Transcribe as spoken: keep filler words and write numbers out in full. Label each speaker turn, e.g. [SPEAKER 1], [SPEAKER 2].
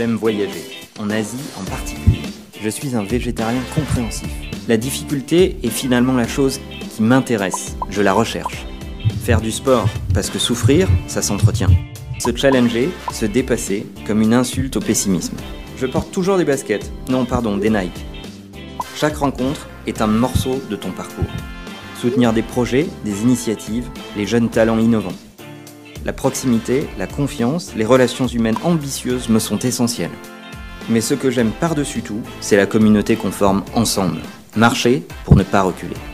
[SPEAKER 1] J'aime voyager, en Asie en particulier. Je suis un végétarien compréhensif. La difficulté est finalement la chose qui m'intéresse, je la recherche. Faire du sport, parce que souffrir, ça s'entretient. Se challenger, se dépasser, comme une insulte au pessimisme. Je porte toujours des baskets, non pardon, des Nike. Chaque rencontre est un morceau de ton parcours. Soutenir des projets, des initiatives, les jeunes talents innovants. La proximité, la confiance, les relations humaines ambitieuses me sont essentielles. Mais ce que j'aime par-dessus tout, c'est la communauté qu'on forme ensemble. Marcher pour ne pas reculer.